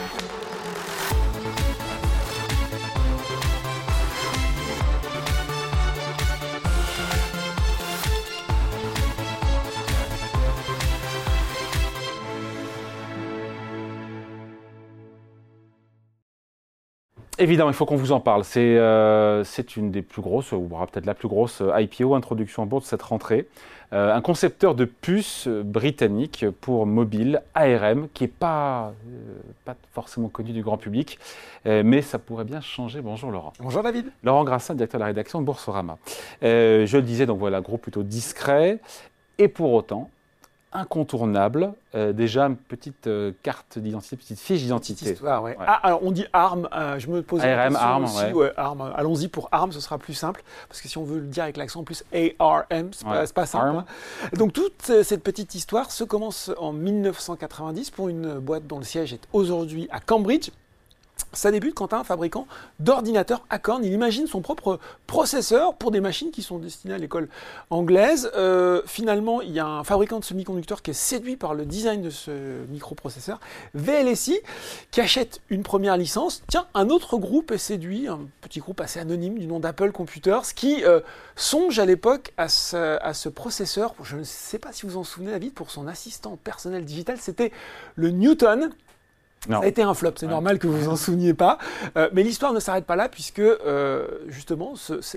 Évidemment, il faut qu'on vous en parle. C'est une des plus grosses, ou peut-être la plus grosse IPO, introduction en bourse de cette rentrée. Un concepteur de puces britannique pour mobile, ARM, qui n'est pas forcément connu du grand public, mais ça pourrait bien changer. Bonjour Laurent. Bonjour David. Laurent Grassin, directeur de la rédaction de Boursorama. Je le disais, donc voilà, groupe plutôt discret, et pour autant incontournable. Déjà, une petite carte d'identité, petite fiche d'identité. Petite histoire, ouais. Ah, alors on dit ARM, je me pose la question ARM, aussi. ouais. Ouais, ARM. Allons-y pour ARM, ce sera plus simple. Parce que si on veut le dire avec l'accent plus ARM, c'est pas simple. Hein. Donc toute cette petite histoire se commence en 1990 pour une boîte dont le siège est aujourd'hui à Cambridge. Ça débute quand un fabricant d'ordinateurs Acorn, il imagine son propre processeur pour des machines qui sont destinées à l'école anglaise. Finalement, il y a un fabricant de semi-conducteurs qui est séduit par le design de ce microprocesseur, VLSI, qui achète une première licence. Tiens, un autre groupe est séduit, un petit groupe assez anonyme du nom d'Apple Computers, qui songe à l'époque à ce processeur. Je ne sais pas si vous en souvenez, David, pour son assistant personnel digital, c'était le Newton. Non. Ça a été un flop, c'est normal que vous vous en souveniez pas. Mais l'histoire ne s'arrête pas là puisque justement,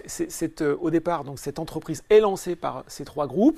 au départ, donc cette entreprise est lancée par ces trois groupes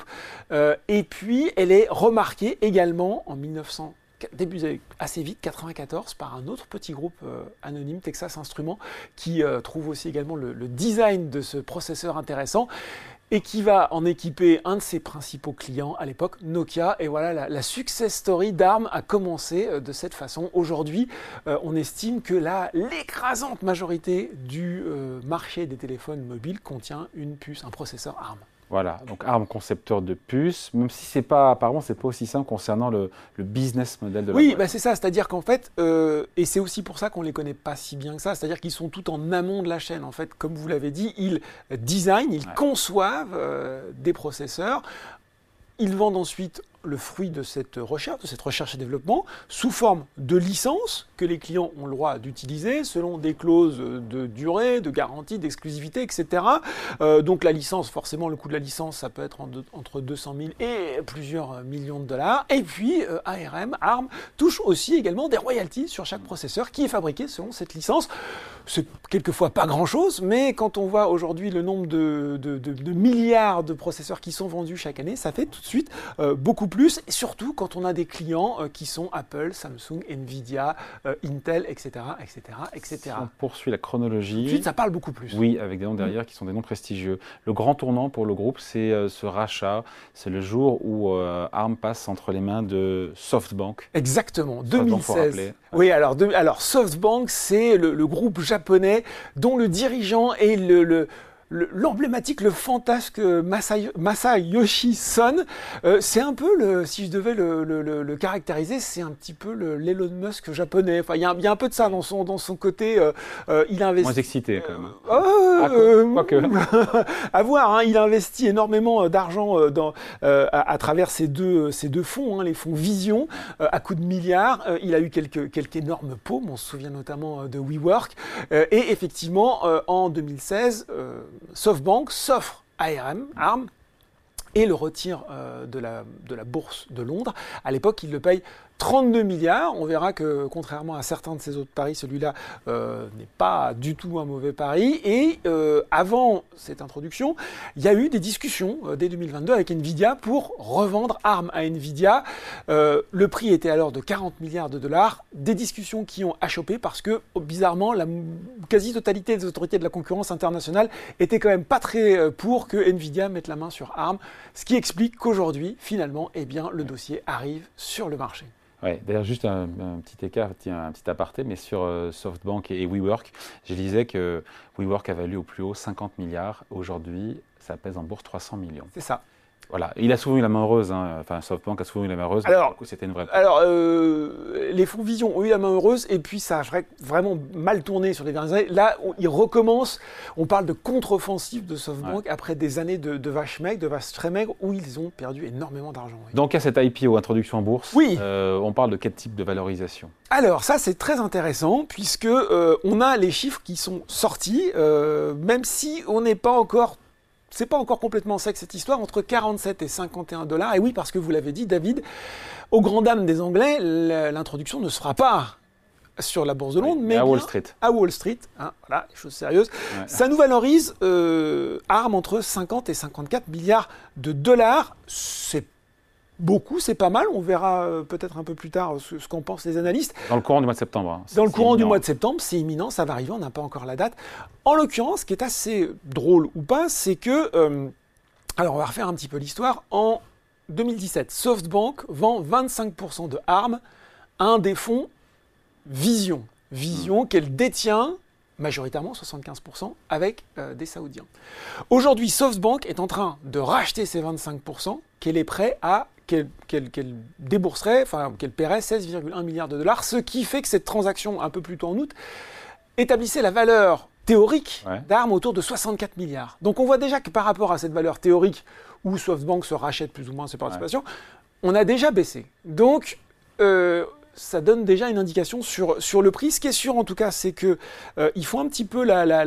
et puis elle est remarquée également en 1900. Début assez vite, 94, par un autre petit groupe anonyme, Texas Instruments, qui trouve aussi également le design de ce processeur intéressant et qui va en équiper un de ses principaux clients à l'époque, Nokia. Et voilà, la success story d'ARM a commencé de cette façon. Aujourd'hui, on estime que l'écrasante majorité du marché des téléphones mobiles contient une puce, un processeur ARM. Voilà, donc ARM, concepteur de puces, même si apparemment c'est pas aussi simple concernant le business model de la boîte. Oui, c'est ça, c'est-à-dire qu'en fait, et c'est aussi pour ça qu'on les connaît pas si bien que ça, c'est-à-dire qu'ils sont tout en amont de la chaîne. En fait, comme vous l'avez dit, ils designent, ils conçoivent des processeurs, ils vendent ensuite le fruit de cette recherche et développement, sous forme de licences que les clients ont le droit d'utiliser selon des clauses de durée, de garantie, d'exclusivité, etc. Donc la licence, forcément, le coût de la licence, ça peut être entre 200 000 et plusieurs millions de dollars. Et puis ARM touche aussi également des royalties sur chaque processeur qui est fabriqué selon cette licence. C'est quelquefois pas grand-chose, mais quand on voit aujourd'hui le nombre de milliards de processeurs qui sont vendus chaque année, ça fait tout de suite beaucoup plus, et surtout quand on a des clients qui sont Apple, Samsung, Nvidia, Intel, etc., etc., etc. Si on poursuit la chronologie. Ensuite, ça parle beaucoup plus. Oui, avec des noms derrière qui sont des noms prestigieux. Le grand tournant pour le groupe, c'est ce rachat. C'est le jour où ARM passe entre les mains de SoftBank. Exactement, 2016. Oui, alors SoftBank, c'est le groupe japonais dont le dirigeant est l'emblématique, le fantasque Masayoshi Son. C'est un peu, si je devais le caractériser, c'est un petit peu l'Elon Musk japonais. Enfin, il y a un peu de ça dans son côté. Il investit. Moins excité quand même. Quoique. À voir. Hein, il investit énormément d'argent à travers ces deux fonds, hein, les fonds Vision, à coups de milliards. Il a eu quelques énormes paumes. On se souvient notamment de WeWork. Et effectivement, en 2016. SoftBank s'offre à ARM et le retire de la bourse de Londres. À l'époque, il le paye 32 milliards. On verra que, contrairement à certains de ces autres paris, celui-là n'est pas du tout un mauvais pari. Et avant cette introduction, il y a eu des discussions dès 2022 avec Nvidia pour revendre ARM à Nvidia. Le prix était alors de 40 milliards de dollars. Des discussions qui ont achoppé parce que, bizarrement, la quasi-totalité des autorités de la concurrence internationale étaient quand même pas très pour que Nvidia mette la main sur ARM. Ce qui explique qu'aujourd'hui, finalement, le dossier arrive sur le marché. Ouais, d'ailleurs, juste un petit écart, un petit aparté, mais sur SoftBank et WeWork, je disais que WeWork a valu au plus haut 50 milliards. Aujourd'hui, ça pèse en bourse 300 millions. C'est ça. Voilà, il a souvent eu la main heureuse, hein. Enfin SoftBank a souvent eu la main heureuse, alors, du coup c'était une vraie... Alors, les fonds Vision ont eu la main heureuse, et puis ça a vraiment mal tourné sur les dernières années. Là, ils recommencent, on parle de contre-offensive de SoftBank après des années de vaches maigres, de vaches très maigres, où ils ont perdu énormément d'argent. Oui. Donc à cette IPO, introduction en bourse, oui. On parle de quel type de valorisation? Alors ça c'est très intéressant, puisque on a les chiffres qui sont sortis, même si on n'est pas encore... C'est pas encore complètement sec cette histoire, entre 47 et 51 $. Et oui, parce que vous l'avez dit, David, aux grandes dames des Anglais, l'introduction ne se fera pas sur la bourse de Londres, mais à Wall Street. À Wall Street, hein, voilà, les choses sérieuses. Ouais. Ça nous valorise ARM entre 50 et 54 milliards de dollars. C'est beaucoup, c'est pas mal. On verra peut-être un peu plus tard ce qu'en pensent les analystes. Dans le courant du mois de septembre. Hein. Dans le courant du mois de septembre, c'est imminent, ça va arriver, on n'a pas encore la date. En l'occurrence, ce qui est assez drôle ou pas, c'est que... alors, on va refaire un petit peu l'histoire. En 2017, SoftBank vend 25% de ARM à un des fonds Vision. Vision qu'elle détient majoritairement 75% avec des Saoudiens. Aujourd'hui, SoftBank est en train de racheter ces 25% qu'elle est prête à... qu'elle débourserait, enfin qu'elle paierait 16,1 milliards de dollars, ce qui fait que cette transaction, un peu plus tôt en août, établissait la valeur théorique d'ARM autour de 64 milliards. Donc on voit déjà que par rapport à cette valeur théorique, où SoftBank se rachète plus ou moins ses participations, on a déjà baissé. Donc ça donne déjà une indication sur le prix. Ce qui est sûr en tout cas, c'est que ils font un petit peu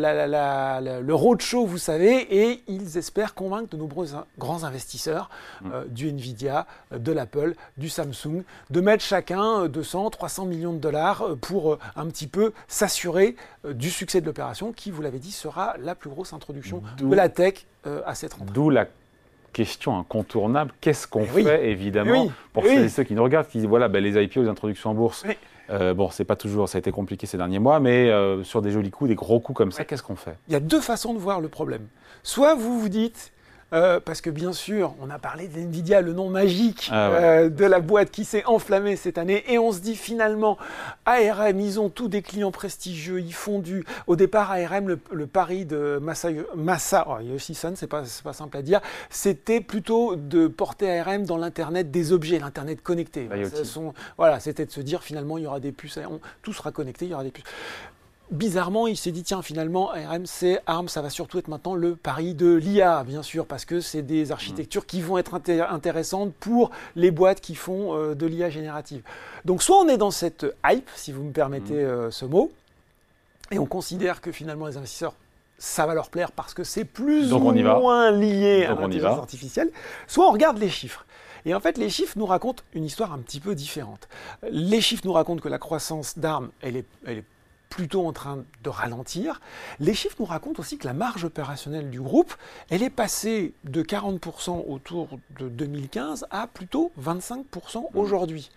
le roadshow, vous savez, et ils espèrent convaincre de nombreux grands investisseurs du Nvidia, de l'Apple, du Samsung, de mettre chacun 200, 300 millions de dollars pour un petit peu s'assurer du succès de l'opération, qui, vous l'avez dit, sera la plus grosse introduction de la tech à cette rentrée. D'où la question incontournable, qu'est-ce qu'on fait évidemment pour celles et ceux qui nous regardent, qui disent voilà, les IPO, les introductions en bourse, bon, c'est pas toujours, ça a été compliqué ces derniers mois, mais sur des jolis coups, des gros coups comme ça, qu'est-ce qu'on fait? Il y a deux façons de voir le problème. Soit vous vous dites, parce que bien sûr, on a parlé d'NVIDIA, le nom magique de la boîte qui s'est enflammée cette année, et on se dit finalement, ARM, ils ont tous des clients prestigieux, ils font au départ, ARM, le pari de Yoshi-san, c'est pas simple à dire, c'était plutôt de porter ARM dans l'Internet des objets, l'Internet connecté. C'était de se dire finalement, il y aura des puces, tout sera connecté, il y aura des puces. Bizarrement, il s'est dit, tiens, finalement, ARM, ça va surtout être maintenant le pari de l'IA, bien sûr, parce que c'est des architectures qui vont être intéressantes pour les boîtes qui font de l'IA générative. Donc, soit on est dans cette hype, si vous me permettez ce mot, et on considère que finalement, les investisseurs, ça va leur plaire parce que c'est plus ou moins lié à l'intelligence artificielle, soit on regarde les chiffres. Et en fait, les chiffres nous racontent une histoire un petit peu différente. Les chiffres nous racontent que la croissance d'ARM, elle est plutôt en train de ralentir. Les chiffres nous racontent aussi que la marge opérationnelle du groupe, elle est passée de 40% autour de 2015 à plutôt 25% aujourd'hui.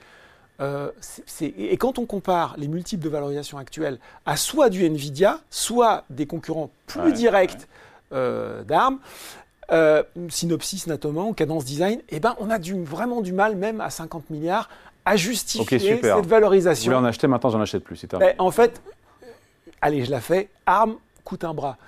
Et quand on compare les multiples de valorisation actuels à soit du Nvidia, soit des concurrents plus directs d'ARM, Synopsys, Natoman ou Cadence Design, on a vraiment du mal, même à 50 milliards, à justifier cette valorisation. Vous voulez en acheter, maintenant j'en achète plus. En fait, allez, je la fais. ARM coûte un bras.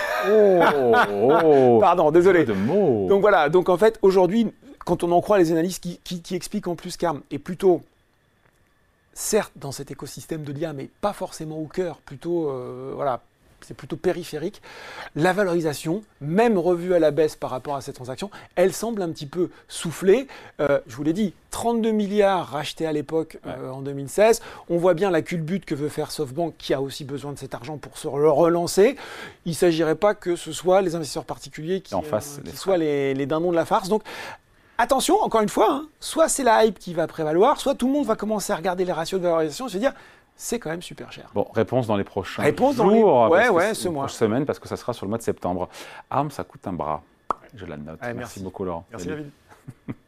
Pardon, désolé. Donc voilà, donc en fait, aujourd'hui, quand on en croit les analystes qui expliquent en plus qu'ARM est plutôt, certes, dans cet écosystème de l'IA, mais pas forcément au cœur, plutôt, c'est plutôt périphérique. La valorisation, même revue à la baisse par rapport à cette transaction, elle semble un petit peu souffler. Je vous l'ai dit, 32 milliards rachetés à l'époque en 2016. On voit bien la culbute que veut faire SoftBank, qui a aussi besoin de cet argent pour se relancer. Il ne s'agirait pas que ce soit les investisseurs particuliers qui soient les dindons de la farce. Donc, attention, encore une fois, soit c'est la hype qui va prévaloir, soit tout le monde va commencer à regarder les ratios de valorisation et se dire c'est quand même super cher. Bon, réponse dans les prochains jours, ce mois. Semaine, parce que ça sera sur le mois de septembre. ARM, ça coûte un bras. Je la note. Merci beaucoup, Laurent. Merci, David.